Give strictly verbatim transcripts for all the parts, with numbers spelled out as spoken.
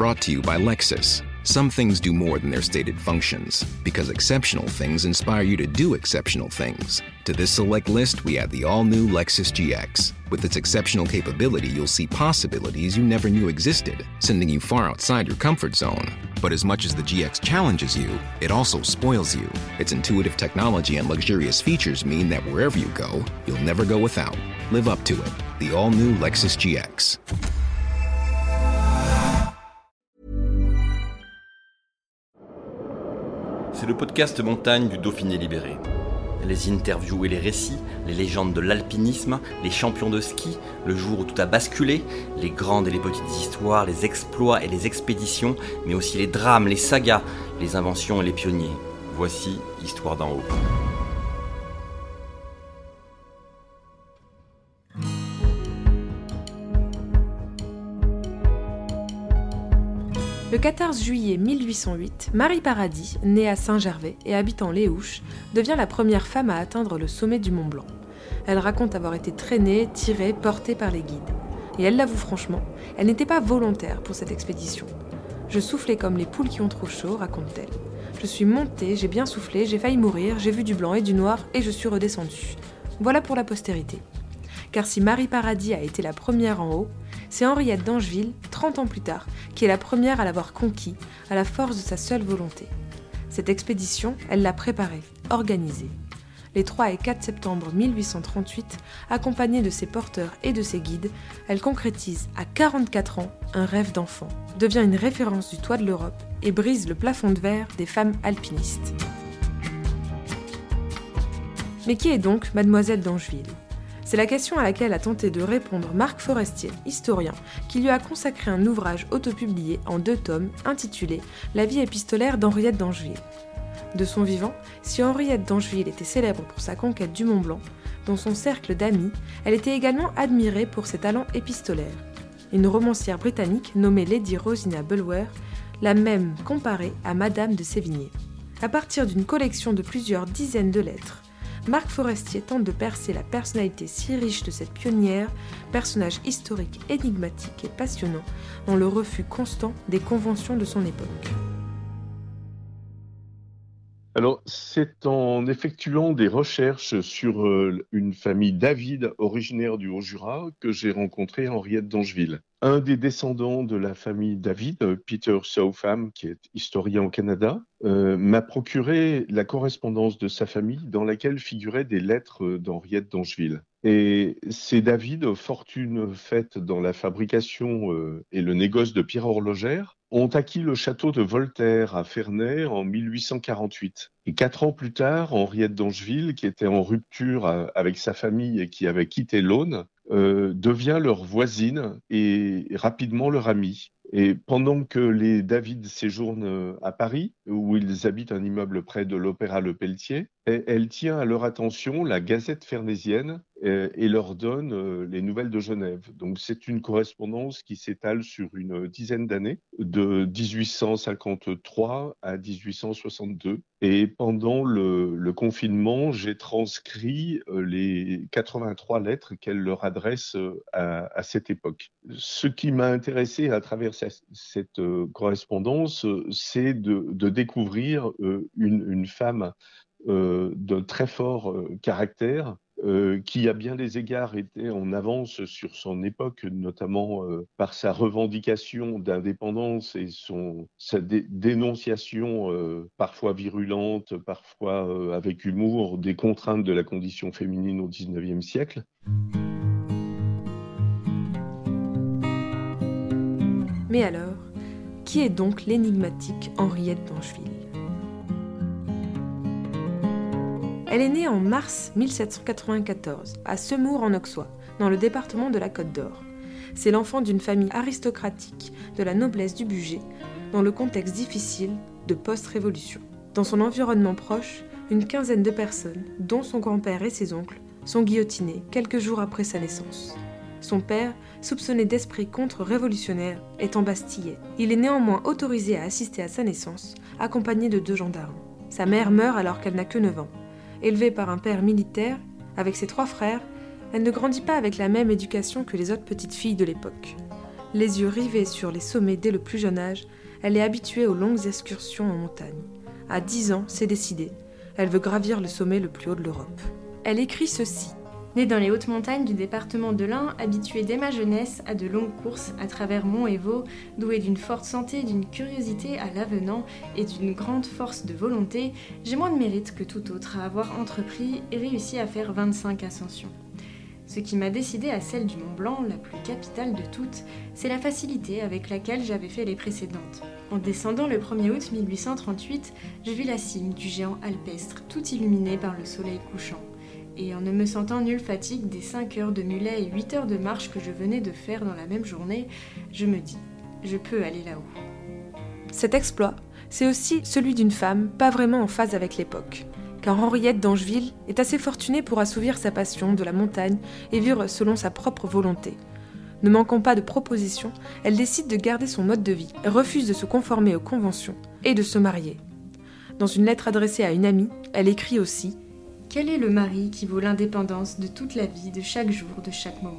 Brought to you by Lexus. Some things do more than their stated functions, because exceptional things inspire you to do exceptional things. To this select list, we add the all-new Lexus G X. With its exceptional capability, you'll see possibilities you never knew existed, sending you far outside your comfort zone. But as much as the G X challenges you, it also spoils you. Its intuitive technology and luxurious features mean that wherever you go, you'll never go without. Live up to it. The all-new Lexus G X. C'est le podcast montagne du Dauphiné libéré. Les interviews et les récits, les légendes de l'alpinisme, les champions de ski, le jour où tout a basculé, les grandes et les petites histoires, les exploits et les expéditions, mais aussi les drames, les sagas, les inventions et les pionniers. Voici Histoire d'en haut. Le quatorze juillet mille huit cent huit, Marie Paradis, née à Saint-Gervais et habitant les Houches, devient la première femme à atteindre le sommet du Mont Blanc. Elle raconte avoir été traînée, tirée, portée par les guides. Et elle l'avoue franchement, elle n'était pas volontaire pour cette expédition. « Je soufflais comme les poules qui ont trop chaud », raconte-t-elle. « Je suis montée, j'ai bien soufflé, j'ai failli mourir, j'ai vu du blanc et du noir et je suis redescendue. » Voilà pour la postérité. Car si Marie Paradis a été la première en haut, c'est Henriette d'Angeville, trente ans plus tard, qui est la première à l'avoir conquis, à la force de sa seule volonté. Cette expédition, elle l'a préparée, organisée. Les trois et quatre septembre mille huit cent trente-huit, accompagnée de ses porteurs et de ses guides, elle concrétise à quarante-quatre ans un rêve d'enfant, devient une référence du toit de l'Europe et brise le plafond de verre des femmes alpinistes. Mais qui est donc Mademoiselle d'Angeville ? C'est la question à laquelle a tenté de répondre Marc Forestier, historien, qui lui a consacré un ouvrage autopublié en deux tomes intitulé « La vie épistolaire d'Henriette d'Angeville ». De son vivant, si Henriette d'Angeville était célèbre pour sa conquête du Mont Blanc, dans son cercle d'amis, elle était également admirée pour ses talents épistolaires. Une romancière britannique nommée Lady Rosina Bulwer l'a même comparée à Madame de Sévigné. À partir d'une collection de plusieurs dizaines de lettres, Marc Forestier tente de percer la personnalité si riche de cette pionnière, personnage historique énigmatique et passionnant, dans le refus constant des conventions de son époque. Alors, c'est en effectuant des recherches sur euh, une famille David, originaire du Haut-Jura, que j'ai rencontré Henriette d'Angeville. Un des descendants de la famille David, Peter Southam, qui est historien au Canada, euh, m'a procuré la correspondance de sa famille dans laquelle figuraient des lettres d'Henriette d'Angeville. Et c'est David, fortune faite dans la fabrication euh, et le négoce de pierre horlogère, ont acquis le château de Voltaire à Ferney en mille huit cent quarante-huit. Et quatre ans plus tard, Henriette d'Angeville, qui était en rupture avec sa famille et qui avait quitté l'Aune, euh, devient leur voisine et rapidement leur amie. Et pendant que les David séjournent à Paris, où ils habitent un immeuble près de l'Opéra Le Pelletier, elle tient à leur attention la Gazette fernésienne et leur donne les nouvelles de Genève. Donc c'est une correspondance qui s'étale sur une dizaine d'années, de dix-huit cent cinquante-trois à dix-huit cent soixante-deux. Et pendant le, le confinement, j'ai transcrit les quatre-vingt-trois lettres qu'elle leur adresse à, à cette époque. Ce qui m'a intéressé à travers cette, cette correspondance, c'est de, de découvrir une, une femme euh, de très fort caractère, Euh, qui à bien des égards était en avance sur son époque, notamment euh, par sa revendication d'indépendance et son, sa dé- dénonciation euh, parfois virulente, parfois euh, avec humour, des contraintes de la condition féminine au dix-neuvième siècle. Mais alors, qui est donc l'énigmatique Henriette d'Angeville ? Elle est née en mars mille sept cent quatre-vingt-quatorze, à Semours en Auxois, dans le département de la Côte d'Or. C'est l'enfant d'une famille aristocratique de la noblesse du Bugey, dans le contexte difficile de post-révolution. Dans son environnement proche, une quinzaine de personnes, dont son grand-père et ses oncles, sont guillotinés quelques jours après sa naissance. Son père, soupçonné d'esprit contre-révolutionnaire, est embastillé. Il est néanmoins autorisé à assister à sa naissance, accompagné de deux gendarmes. Sa mère meurt alors qu'elle n'a que neuf ans. Élevée par un père militaire, avec ses trois frères, elle ne grandit pas avec la même éducation que les autres petites filles de l'époque. Les yeux rivés sur les sommets dès le plus jeune âge, elle est habituée aux longues excursions en montagne. À dix ans, c'est décidé. Elle veut gravir le sommet le plus haut de l'Europe. Elle écrit ceci. Née dans les hautes montagnes du département de l'Ain, habituée dès ma jeunesse à de longues courses à travers monts et vaux, douée d'une forte santé, d'une curiosité à l'avenant et d'une grande force de volonté, j'ai moins de mérite que tout autre à avoir entrepris et réussi à faire vingt-cinq ascensions. Ce qui m'a décidée à celle du Mont Blanc, la plus capitale de toutes, c'est la facilité avec laquelle j'avais fait les précédentes. En descendant le premier août mille huit cent trente-huit, je vis la cime du géant alpestre, tout illuminée par le soleil couchant. Et en ne me sentant nulle fatigue des cinq heures de mulet et huit heures de marche que je venais de faire dans la même journée, je me dis, je peux aller là-haut. Cet exploit, c'est aussi celui d'une femme pas vraiment en phase avec l'époque. Car Henriette d'Angeville est assez fortunée pour assouvir sa passion de la montagne et vivre selon sa propre volonté. Ne manquant pas de propositions, elle décide de garder son mode de vie, refuse de se conformer aux conventions et de se marier. Dans une lettre adressée à une amie, elle écrit aussi « Quel est le mari qui vaut l'indépendance de toute la vie, de chaque jour, de chaque moment ?»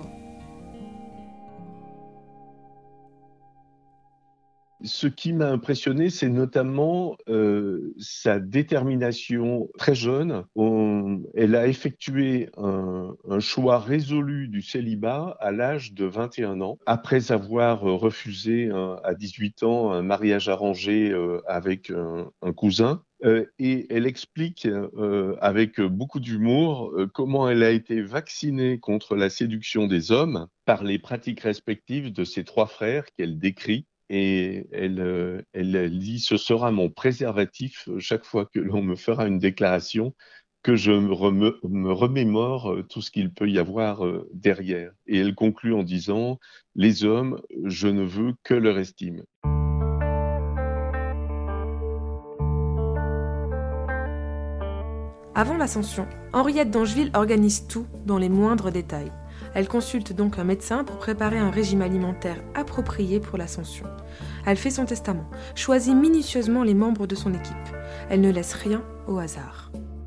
Ce qui m'a impressionné, c'est notamment euh, sa détermination très jeune. On, elle a effectué un, un choix résolu du célibat à l'âge de vingt et un ans, après avoir refusé un, à dix-huit ans un mariage arrangé euh, avec un, un cousin. Euh, et elle explique euh, avec beaucoup d'humour euh, comment elle a été vaccinée contre la séduction des hommes par les pratiques respectives de ses trois frères qu'elle décrit. Et elle, euh, elle dit « Ce sera mon préservatif chaque fois que l'on me fera une déclaration, que je me, reme, me remémore tout ce qu'il peut y avoir euh, derrière. » Et elle conclut en disant « Les hommes, je ne veux que leur estime. » Avant l'ascension, Henriette d'Angeville organise tout dans les moindres détails. Elle consulte donc un médecin pour préparer un régime alimentaire approprié pour l'ascension. Elle fait son testament, choisit minutieusement les membres de son équipe. Elle ne laisse rien au hasard.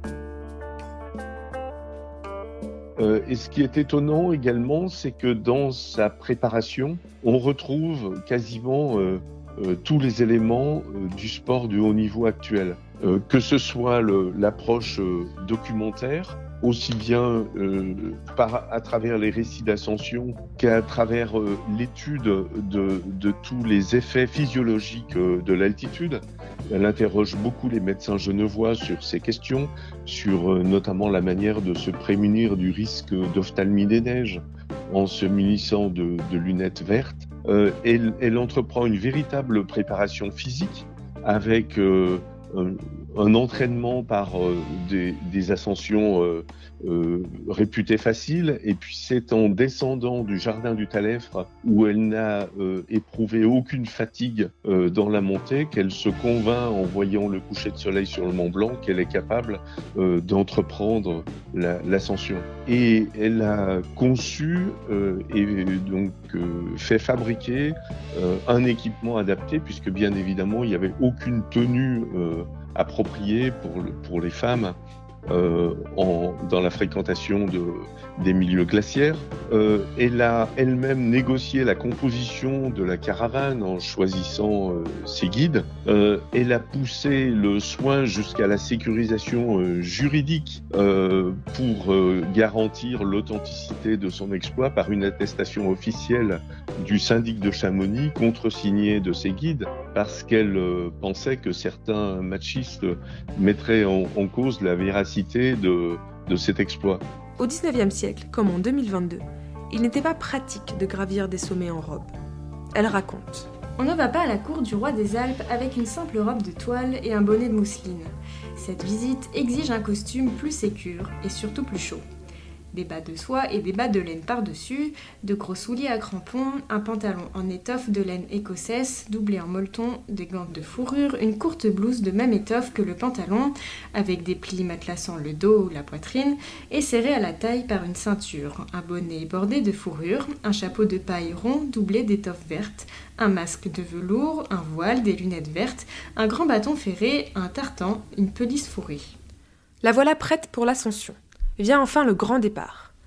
Euh, et ce qui est étonnant également, c'est que dans sa préparation, on retrouve quasiment euh, euh, tous les éléments euh, du sport de haut niveau actuel. Euh, que ce soit le, l'approche euh, documentaire, aussi bien euh, par, à travers les récits d'ascension qu'à travers euh, l'étude de, de tous les effets physiologiques euh, de l'altitude. Elle interroge beaucoup les médecins genevois sur ces questions, sur euh, notamment la manière de se prémunir du risque d'ophtalmie des neiges en se munissant de, de lunettes vertes. Euh, elle, elle entreprend une véritable préparation physique avec euh, un, un entraînement par euh, des, des ascensions euh, euh, réputées faciles, et puis c'est en descendant du jardin du Talèfre, où elle n'a euh, éprouvé aucune fatigue euh, dans la montée, qu'elle se convainc en voyant le coucher de soleil sur le Mont Blanc qu'elle est capable euh, d'entreprendre la, l'ascension. Et elle a conçu euh, et donc euh, fait fabriquer euh, un équipement adapté, puisque bien évidemment il n'y avait aucune tenue euh, appropriée pour, le, pour les femmes euh, en, dans la fréquentation de, des milieux glaciaires. Euh, elle a elle-même négocié la composition de la caravane en choisissant euh, ses guides. Euh, elle a poussé le soin jusqu'à la sécurisation euh, juridique euh, pour euh, garantir l'authenticité de son exploit par une attestation officielle du syndic de Chamonix, contresignée de ses guides, parce qu'elle euh, pensait que certains machistes mettraient en, en cause la véracité de, de cet exploit. Au dix-neuvième siècle, comme en deux mille vingt-deux, il n'était pas pratique de gravir des sommets en robe. Elle raconte. On ne va pas à la cour du roi des Alpes avec une simple robe de toile et un bonnet de mousseline. Cette visite exige un costume plus sécure et surtout plus chaud. Des bas de soie et des bas de laine par-dessus, de gros souliers à crampons, un pantalon en étoffe de laine écossaise, doublé en molleton, des gants de fourrure, une courte blouse de même étoffe que le pantalon, avec des plis matelassant le dos ou la poitrine, et serré à la taille par une ceinture, un bonnet bordé de fourrure, un chapeau de paille rond doublé d'étoffe verte, un masque de velours, un voile, des lunettes vertes, un grand bâton ferré, un tartan, une pelisse fourrée. La voilà prête pour l'ascension. Vient enfin le grand départ.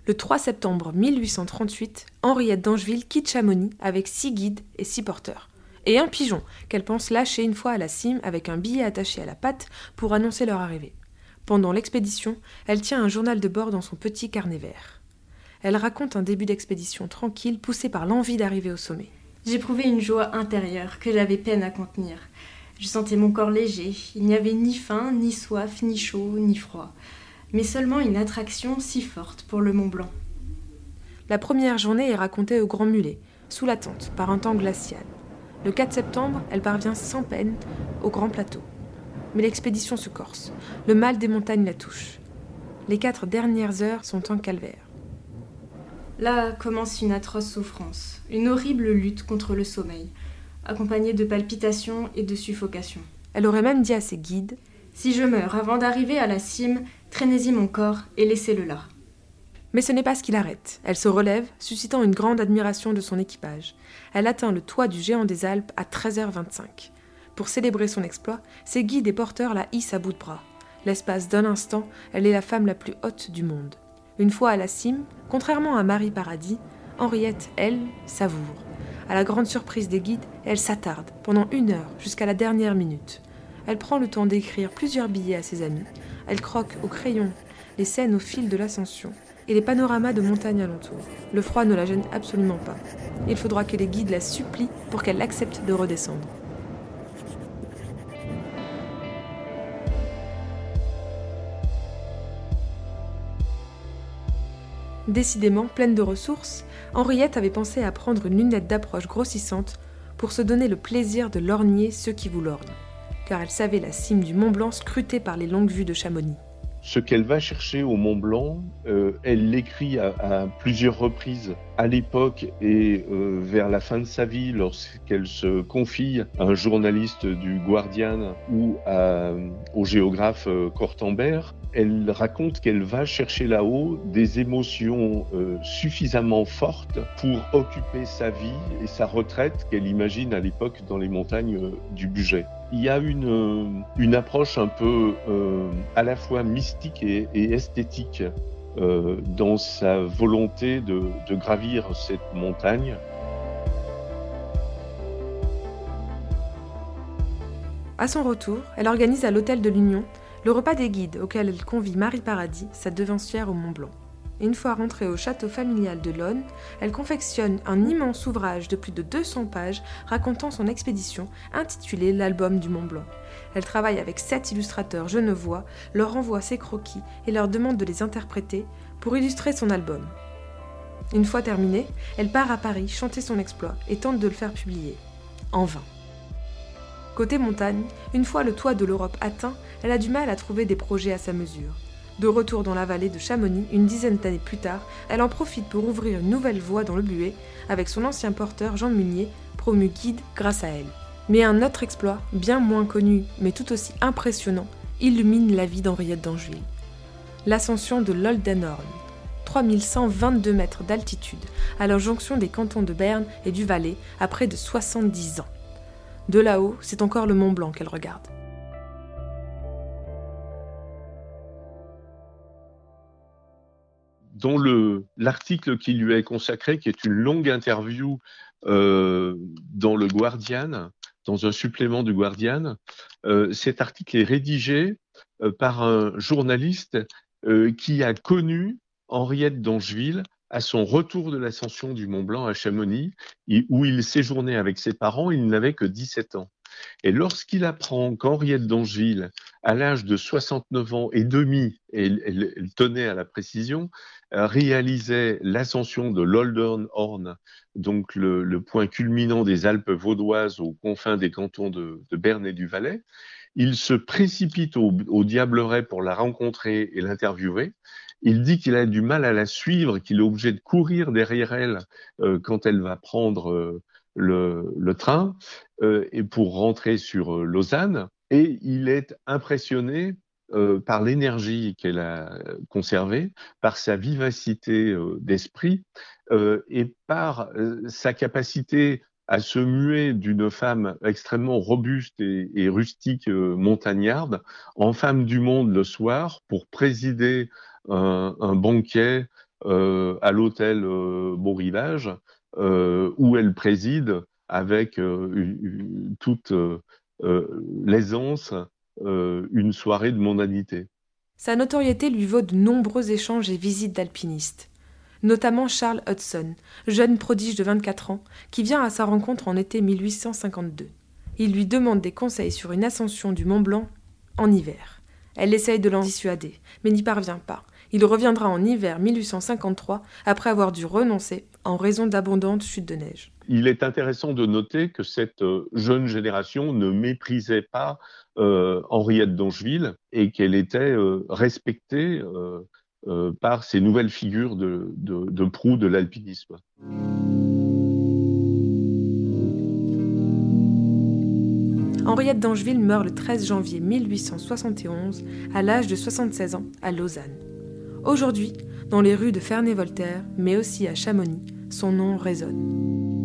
Le trois septembre mille huit cent trente-huit, Henriette d'Angeville quitte Chamonix avec six guides et six porteurs. Et un pigeon qu'elle pense lâcher une fois à la cime avec un billet attaché à la patte pour annoncer leur arrivée. Pendant l'expédition, elle tient un journal de bord dans son petit carnet vert. Elle raconte un début d'expédition tranquille poussé par l'envie d'arriver au sommet. J'éprouvais une joie intérieure que j'avais peine à contenir. Je sentais mon corps léger, il n'y avait ni faim, ni soif, ni chaud, ni froid, mais seulement une attraction si forte pour le Mont Blanc. La première journée est racontée au Grand Mulet, sous la tente, par un temps glacial. Le quatre septembre, elle parvient sans peine au Grand Plateau. Mais l'expédition se corse, le mal des montagnes la touche. Les quatre dernières heures sont un calvaire. Là commence une atroce souffrance, une horrible lutte contre le sommeil, accompagnée de palpitations et de suffocation. Elle aurait même dit à ses guides « Si je meurs avant d'arriver à la cime, traînez-y mon corps et laissez-le là. » Mais ce n'est pas ce qui l'arrête. Elle se relève, suscitant une grande admiration de son équipage. Elle atteint le toit du géant des Alpes à treize heures vingt-cinq. Pour célébrer son exploit, ses guides et porteurs la hissent à bout de bras. L'espace d'un instant, elle est la femme la plus haute du monde. Une fois à la cime, contrairement à Marie Paradis, Henriette, elle, savoure. À la grande surprise des guides, elle s'attarde pendant une heure jusqu'à la dernière minute. Elle prend le temps d'écrire plusieurs billets à ses amis. Elle croque au crayon les scènes au fil de l'ascension et les panoramas de montagnes alentour. Le froid ne la gêne absolument pas. Il faudra que les guides la supplient pour qu'elle accepte de redescendre. Décidément pleine de ressources, Henriette avait pensé à prendre une lunette d'approche grossissante pour se donner le plaisir de lorgner ceux qui vous lorgnent, car elle savait la cime du Mont Blanc scrutée par les longues vues de Chamonix. Ce qu'elle va chercher au Mont Blanc, euh, elle l'écrit à, à plusieurs reprises à l'époque et euh, vers la fin de sa vie, lorsqu'elle se confie à un journaliste du Guardian ou à, au géographe euh, Cortambert. Elle raconte qu'elle va chercher là-haut des émotions euh, suffisamment fortes pour occuper sa vie et sa retraite qu'elle imagine à l'époque dans les montagnes euh, du Bugey. Il y a une, une approche un peu euh, à la fois mystique et, et esthétique euh, dans sa volonté de, de gravir cette montagne. À son retour, elle organise à l'hôtel de l'Union le repas des guides auquel elle convie Marie Paradis, sa devancière au Mont Blanc. Et une fois rentrée au château familial de Lonne, elle confectionne un immense ouvrage de plus de deux cents pages racontant son expédition, intitulé l'Album du Mont Blanc. Elle travaille avec sept illustrateurs genevois, leur envoie ses croquis et leur demande de les interpréter pour illustrer son album. Une fois terminée, elle part à Paris chanter son exploit et tente de le faire publier. En vain. Côté montagne, une fois le toit de l'Europe atteint, elle a du mal à trouver des projets à sa mesure. De retour dans la vallée de Chamonix, une dizaine d'années plus tard, elle en profite pour ouvrir une nouvelle voie dans le Buet, avec son ancien porteur Jean Munier, promu guide grâce à elle. Mais un autre exploit, bien moins connu, mais tout aussi impressionnant, illumine la vie d'Henriette d'Angeville. L'ascension de l'Oldenhorn, trois mille cent vingt-deux mètres d'altitude, à la jonction des cantons de Berne et du Valais, à près de soixante-dix ans. De là-haut, c'est encore le Mont Blanc qu'elle regarde. Dans le, l'article qui lui est consacré, qui est une longue interview euh, dans le Guardian, dans un supplément du Guardian, euh, cet article est rédigé euh, par un journaliste euh, qui a connu Henriette d'Angeville à son retour de l'ascension du Mont Blanc à Chamonix, où il séjournait avec ses parents, il n'avait que dix-sept ans. Et lorsqu'il apprend qu'Henriette d'Angeville, à l'âge de soixante-neuf ans et demi, et elle, elle, elle tenait à la précision, réalisait l'ascension de l'Oldenhorn, donc le, le point culminant des Alpes vaudoises aux confins des cantons de, de Berne et du Valais, il se précipite au, au Diableret pour la rencontrer et l'interviewer. Il dit qu'il a du mal à la suivre, qu'il est obligé de courir derrière elle euh, quand elle va prendre euh, le, le train euh, et pour rentrer sur euh, Lausanne. Et il est impressionné euh, par l'énergie qu'elle a conservée, par sa vivacité euh, d'esprit euh, et par euh, sa capacité à se muer d'une femme extrêmement robuste et, et rustique euh, montagnarde en femme du monde le soir pour présider un, un banquet euh, à l'hôtel euh, Beau Rivage, euh, où elle préside avec euh, une, une, toute euh, euh, l'aisance euh, une soirée de mondanité. Sa notoriété lui vaut de nombreux échanges et visites d'alpinistes, notamment Charles Hudson, jeune prodige de vingt-quatre ans, qui vient à sa rencontre en été mille huit cent cinquante-deux. Il lui demande des conseils sur une ascension du Mont Blanc en hiver. Elle essaye de l'en dissuader, mais n'y parvient pas. Il reviendra en hiver mille huit cent cinquante-trois, après avoir dû renoncer en raison d'abondantes chutes de neige. Il est intéressant de noter que cette jeune génération ne méprisait pas euh, Henriette d'Angeville et qu'elle était euh, respectée euh, euh, par ces nouvelles figures de, de, de proue de l'alpinisme. Henriette d'Angeville meurt le treize janvier mille huit cent soixante et onze à l'âge de soixante-seize ans à Lausanne. Aujourd'hui, dans les rues de Ferney-Voltaire, mais aussi à Chamonix, son nom résonne.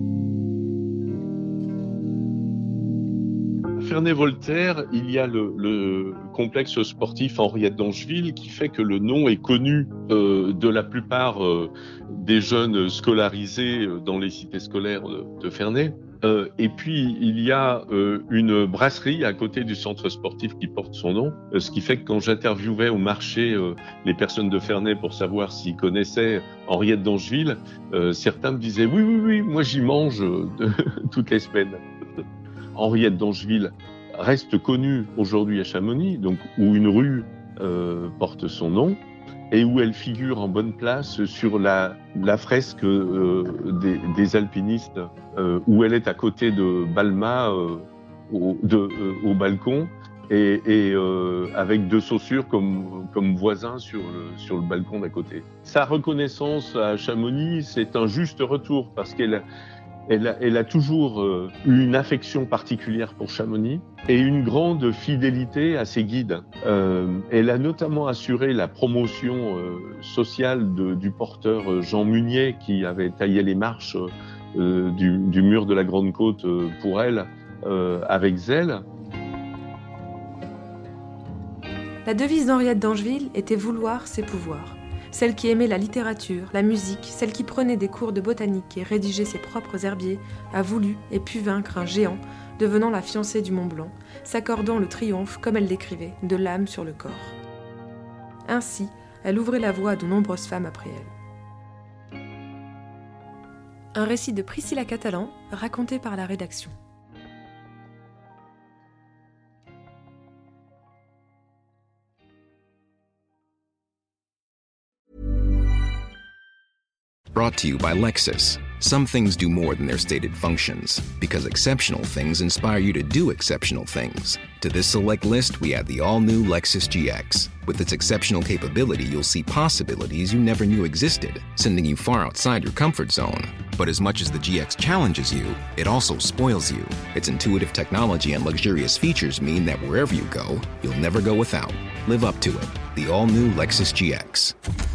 Ferney-Voltaire, il y a le, le complexe sportif Henriette d'Angeville qui fait que le nom est connu euh, de la plupart euh, des jeunes scolarisés dans les cités scolaires de, de Ferney. Euh, et puis, il y a euh, une brasserie à côté du centre sportif qui porte son nom, euh, ce qui fait que quand j'interviewais au marché euh, les personnes de Ferney pour savoir s'ils connaissaient Henriette d'Angeville, euh, certains me disaient « Oui, oui, oui, moi j'y mange euh, de, toutes les semaines ». Henriette d'Angeville reste connue aujourd'hui à Chamonix, donc où une rue euh, porte son nom et où elle figure en bonne place sur la, la fresque euh, des, des alpinistes, euh, où elle est à côté de Balma euh, au, de, euh, au balcon et, et euh, avec deux Saussure comme, comme voisins sur le, sur le balcon d'à côté. Sa reconnaissance à Chamonix, c'est un juste retour parce qu'elle Elle a, elle a toujours euh, eu une affection particulière pour Chamonix et une grande fidélité à ses guides. Euh, elle a notamment assuré la promotion euh, sociale de, du porteur Jean Munier qui avait taillé les marches euh, du, du mur de la Grande Côte euh, pour elle euh, avec zèle. La devise d'Henriette d'Angeville était « vouloir, c'est pouvoir ». Celle qui aimait la littérature, la musique, celle qui prenait des cours de botanique et rédigeait ses propres herbiers, a voulu et pu vaincre un géant, devenant la fiancée du Mont Blanc, s'accordant le triomphe, comme elle l'écrivait, de l'âme sur le corps. Ainsi, elle ouvrait la voie à de nombreuses femmes après elle. Un récit de Priscilla Catalan, raconté par la rédaction. Brought to you by Lexus. Some things do more than their stated functions, because exceptional things inspire you to do exceptional things. To this select list, we add the all-new Lexus G X. With its exceptional capability, you'll see possibilities you never knew existed, sending you far outside your comfort zone. But as much as the G X challenges you, it also spoils you. Its intuitive technology and luxurious features mean that wherever you go, you'll never go without. Live up to it. The all-new Lexus G X.